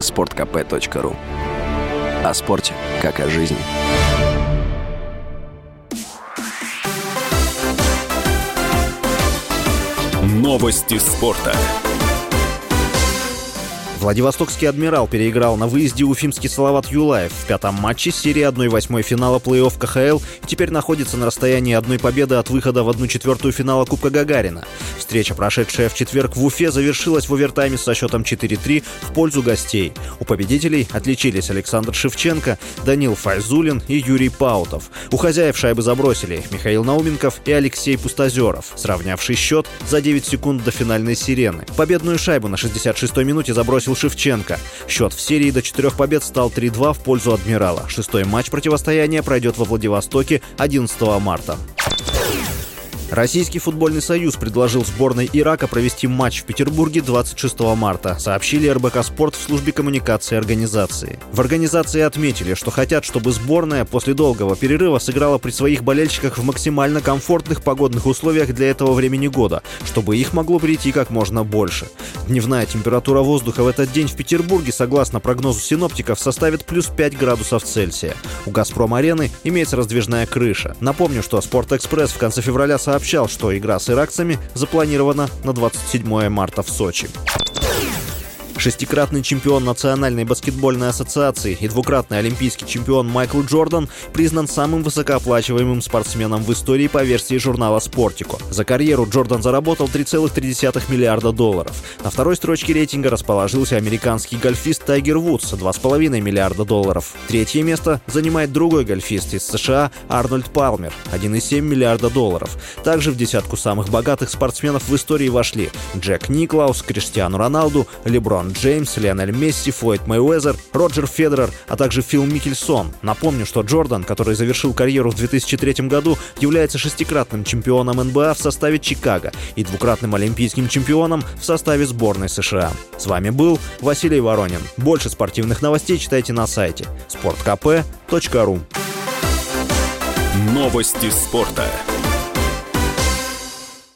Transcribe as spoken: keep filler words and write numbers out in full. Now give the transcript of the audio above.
спорт ка пэ точка ру. О спорте, как о жизни. Новости спорта. Владивостокский «Адмирал» переиграл на выезде уфимский «Салават Юлаев» в пятом матче серии одна восьмая финала плей-офф ка ха эл и теперь находится на расстоянии одной победы от выхода в одну четвертую финала Кубка Гагарина. Встреча, прошедшая в четверг в Уфе, завершилась в овертайме со счетом четыре три в пользу гостей. У победителей отличились Александр Шевченко, Данил Файзулин и Юрий Паутов. У хозяев шайбы забросили Михаил Науменков и Алексей Пустозеров, сравнявший счет за девять секунд до финальной сирены. Победную шайбу на шестьдесят шестой минуте забросил Шевченко. Счет в серии до четырех побед стал три два в пользу «Адмирала». Шестой матч противостояния пройдет во Владивостоке одиннадцатого марта. Российский футбольный союз предложил сборной Ирака провести матч в Петербурге двадцать шестого марта, сообщили эр бэ ка Спорт в службе коммуникации организации. В организации отметили, что хотят, чтобы сборная после долгого перерыва сыграла при своих болельщиках в максимально комфортных погодных условиях для этого времени года, чтобы их могло прийти как можно больше. Дневная температура воздуха в этот день в Петербурге, согласно прогнозу синоптиков, составит плюс пять градусов Цельсия. У «Газпром-арены» имеется раздвижная крыша. Напомню, что «Спортэкспресс» в конце февраля сообщил, сообщал, что игра с иракцами запланирована на двадцать седьмое марта в Сочи. Шестикратный чемпион Национальной баскетбольной ассоциации и двукратный олимпийский чемпион Майкл Джордан признан самым высокооплачиваемым спортсменом в истории по версии журнала «Спортико». За карьеру Джордан заработал три целых три десятых миллиарда долларов. На второй строчке рейтинга расположился американский гольфист Тайгер Вудс – два целых пять десятых миллиарда долларов. Третье место занимает другой гольфист из США Арнольд Палмер – один целых семь десятых миллиарда долларов. Также в десятку самых богатых спортсменов в истории вошли Джек Никлаус, Криштиану Роналду, Леброн Джеймс, Лионель Месси, Флойд Мейуэзер, Роджер Федерер, а также Фил Микельсон. Напомню, что Джордан, который завершил карьеру в две тысячи третьем году, является шестикратным чемпионом эн бэ а в составе Чикаго и двукратным олимпийским чемпионом в составе сборной США. С вами был Василий Воронин. Больше спортивных новостей читайте на сайте спорт ка пэ точка ру. Новости спорта.